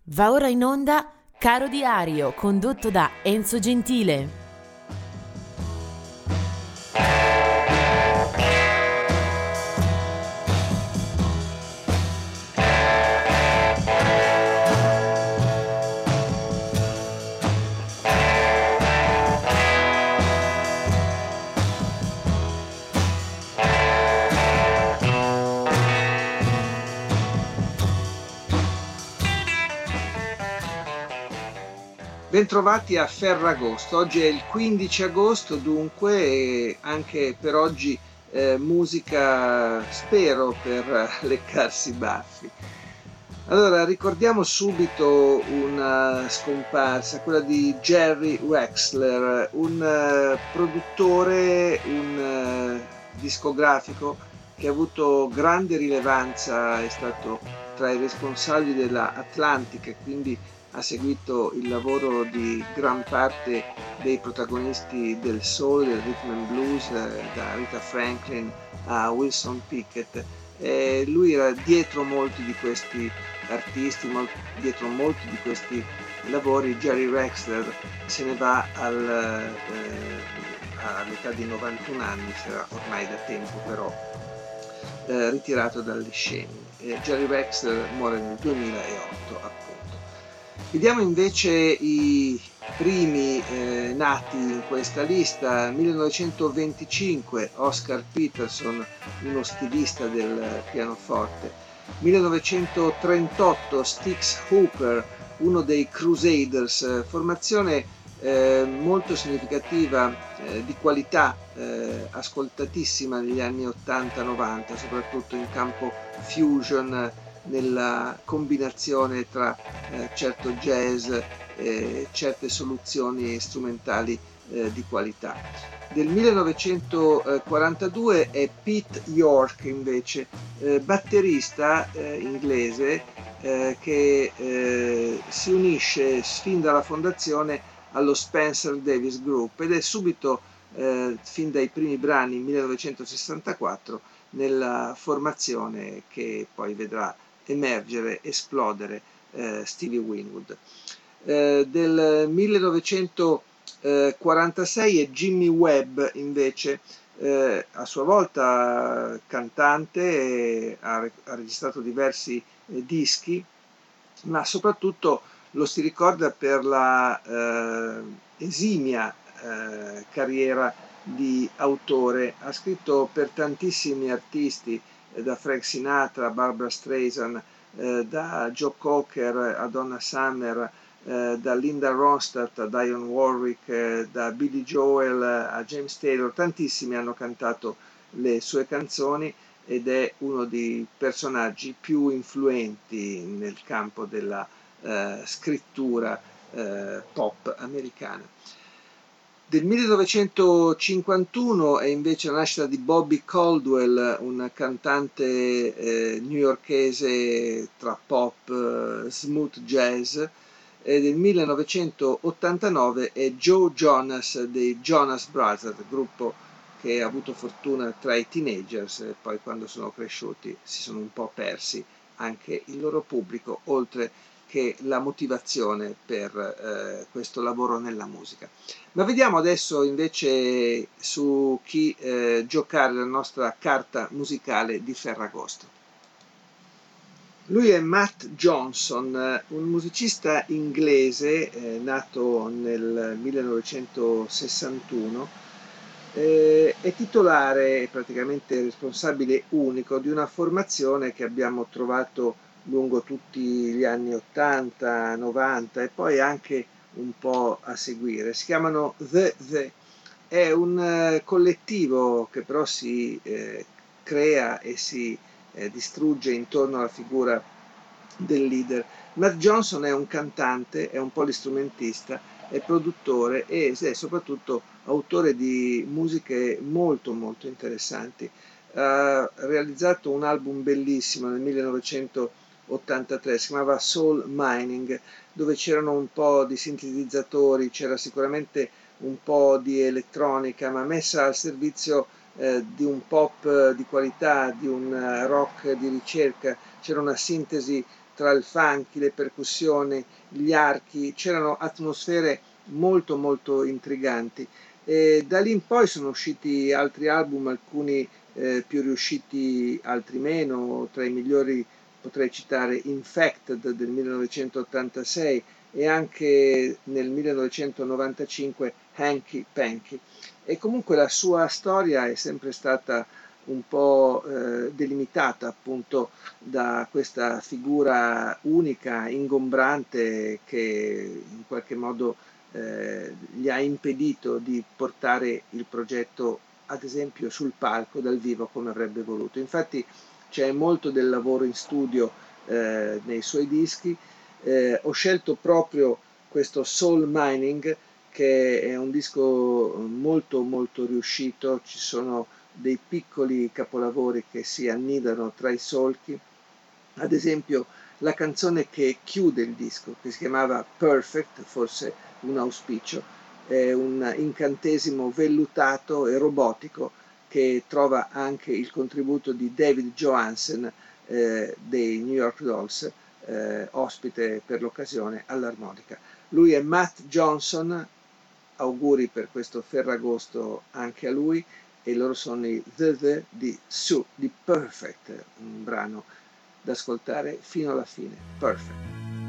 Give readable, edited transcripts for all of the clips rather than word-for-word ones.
Va ora in onda Caro Diario, condotto da Enzo Gentile. Bentrovati a Ferragosto, oggi è il 15 agosto, dunque e anche per oggi musica, spero, per leccarsi i baffi. Allora, ricordiamo subito una scomparsa, quella di Jerry Wexler, un produttore, un discografico che ha avuto grande rilevanza, è stato tra i responsabili della Atlantic e quindi ha seguito il lavoro di gran parte dei protagonisti del soul, del rhythm and blues, da Rita Franklin a Wilson Pickett. Lui era dietro molti di questi artisti, dietro molti di questi lavori. Jerry Wexler se ne va all'età di 91 anni, sarà ormai da tempo però ritirato dalle scene. Jerry Wexler muore nel 2008 appunto. Vediamo invece i primi nati in questa lista. 1925 Oscar Peterson, uno stilista del pianoforte. 1938 Styx Hooper, uno dei Crusaders, formazione molto significativa, di qualità, ascoltatissima negli anni 80-90, soprattutto in campo fusion, nella combinazione tra certo jazz e certe soluzioni strumentali di qualità. Del 1942 è Pete York invece, batterista inglese che si unisce fin dalla fondazione allo Spencer Davis Group ed è subito, fin dai primi brani 1964, nella formazione che poi vedrà emergere, esplodere Stevie Winwood. Del 1946 è Jimmy Webb invece, a sua volta cantante, ha registrato diversi dischi, ma soprattutto lo si ricorda per la esimia carriera di autore. Ha scritto per tantissimi artisti, da Frank Sinatra a Barbra Streisand, da Joe Cocker a Donna Summer, da Linda Ronstadt a Dionne Warwick, da Billy Joel a James Taylor. Tantissimi hanno cantato le sue canzoni ed è uno dei personaggi più influenti nel campo della scrittura pop americana. Del 1951 è invece la nascita di Bobby Caldwell, un cantante newyorkese tra pop, smooth jazz, e del 1989 è Joe Jonas dei Jonas Brothers, gruppo che ha avuto fortuna tra i teenagers e poi quando sono cresciuti si sono un po' persi anche il loro pubblico, oltre che la motivazione per questo lavoro nella musica. Ma vediamo adesso invece su chi giocare la nostra carta musicale di Ferragosto. Lui è Matt Johnson, un musicista inglese nato nel 1961, è titolare e praticamente responsabile unico di una formazione che abbiamo trovato lungo tutti gli anni 80, 90 e poi anche un po' a seguire. Si chiamano The. È un collettivo che però si crea e si distrugge intorno alla figura del leader. Matt Johnson è un cantante, è un polistrumentista, è produttore e è soprattutto autore di musiche molto molto interessanti. Ha realizzato un album bellissimo nel 1983, si chiamava Soul Mining, dove c'erano un po' di sintetizzatori, c'era sicuramente un po' di elettronica, ma messa al servizio di un pop di qualità, di un rock di ricerca. C'era una sintesi tra il funky, le percussioni, gli archi, c'erano atmosfere molto molto intriganti. E da lì in poi sono usciti altri album, alcuni più riusciti, altri meno. Tra i migliori potrei citare Infected del 1986 e anche nel 1995 Hanky Panky. E comunque la sua storia è sempre stata un po' delimitata appunto da questa figura unica, ingombrante, che in qualche modo gli ha impedito di portare il progetto ad esempio sul palco dal vivo come avrebbe voluto. Infatti c'è molto del lavoro in studio nei suoi dischi. Ho scelto proprio questo Soul Mining, che è un disco molto molto riuscito. Ci sono dei piccoli capolavori che si annidano tra i solchi, ad esempio la canzone che chiude il disco, che si chiamava Perfect, forse un auspicio, è un incantesimo vellutato e robotico che trova anche il contributo di David Johansen dei New York Dolls, ospite per l'occasione all'armonica. Lui è Matt Johnson, auguri per questo Ferragosto anche a lui, e loro sono i The di Sue, di Perfect, un brano da ascoltare fino alla fine. Perfect.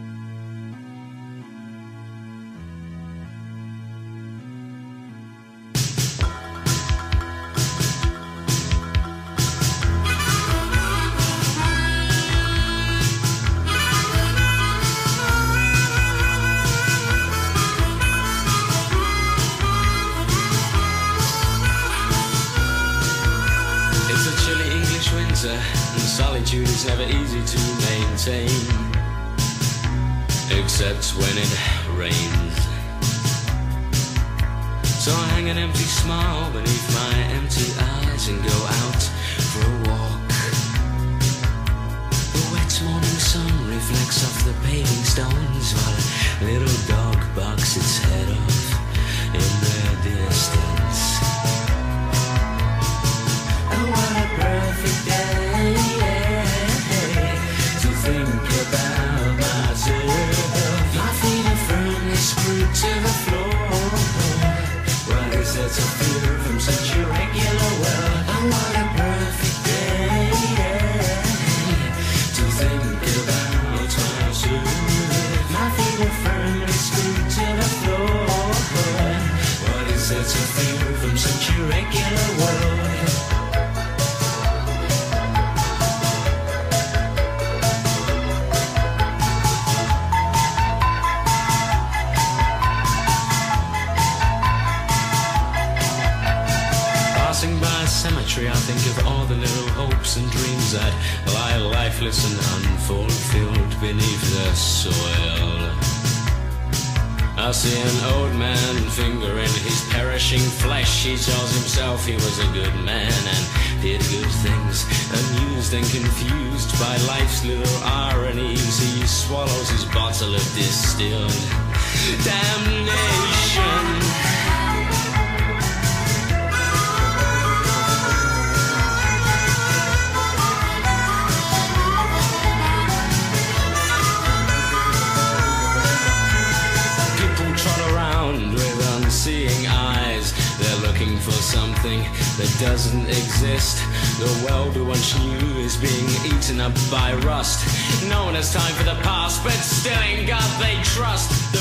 Solitude is never easy to maintain, except when it rains. So I hang an empty smile beneath my empty eyes and go out for a walk. The wet morning sun reflects off the paving stones while a little dog barks its head off in the distance. Oh, what a perfect day to think about myself. My feet are firmly screwed to the floor. What is there to fear from such a regular world? Oh, what a perfect day to think about myself. My feet are firmly screwed to the floor. What is there to fear from such a regular world? Cemetery, I think of all the little hopes and dreams that lie lifeless and unfulfilled beneath the soil. I see an old man fingering his perishing flesh. He tells himself he was a good man and did good things. Amused and confused by life's little ironies, he swallows his bottle of distilled damnation. Seeing eyes, they're looking for something that doesn't exist. The world we once knew is being eaten up by rust. No one has time for the past, but still in God they trust.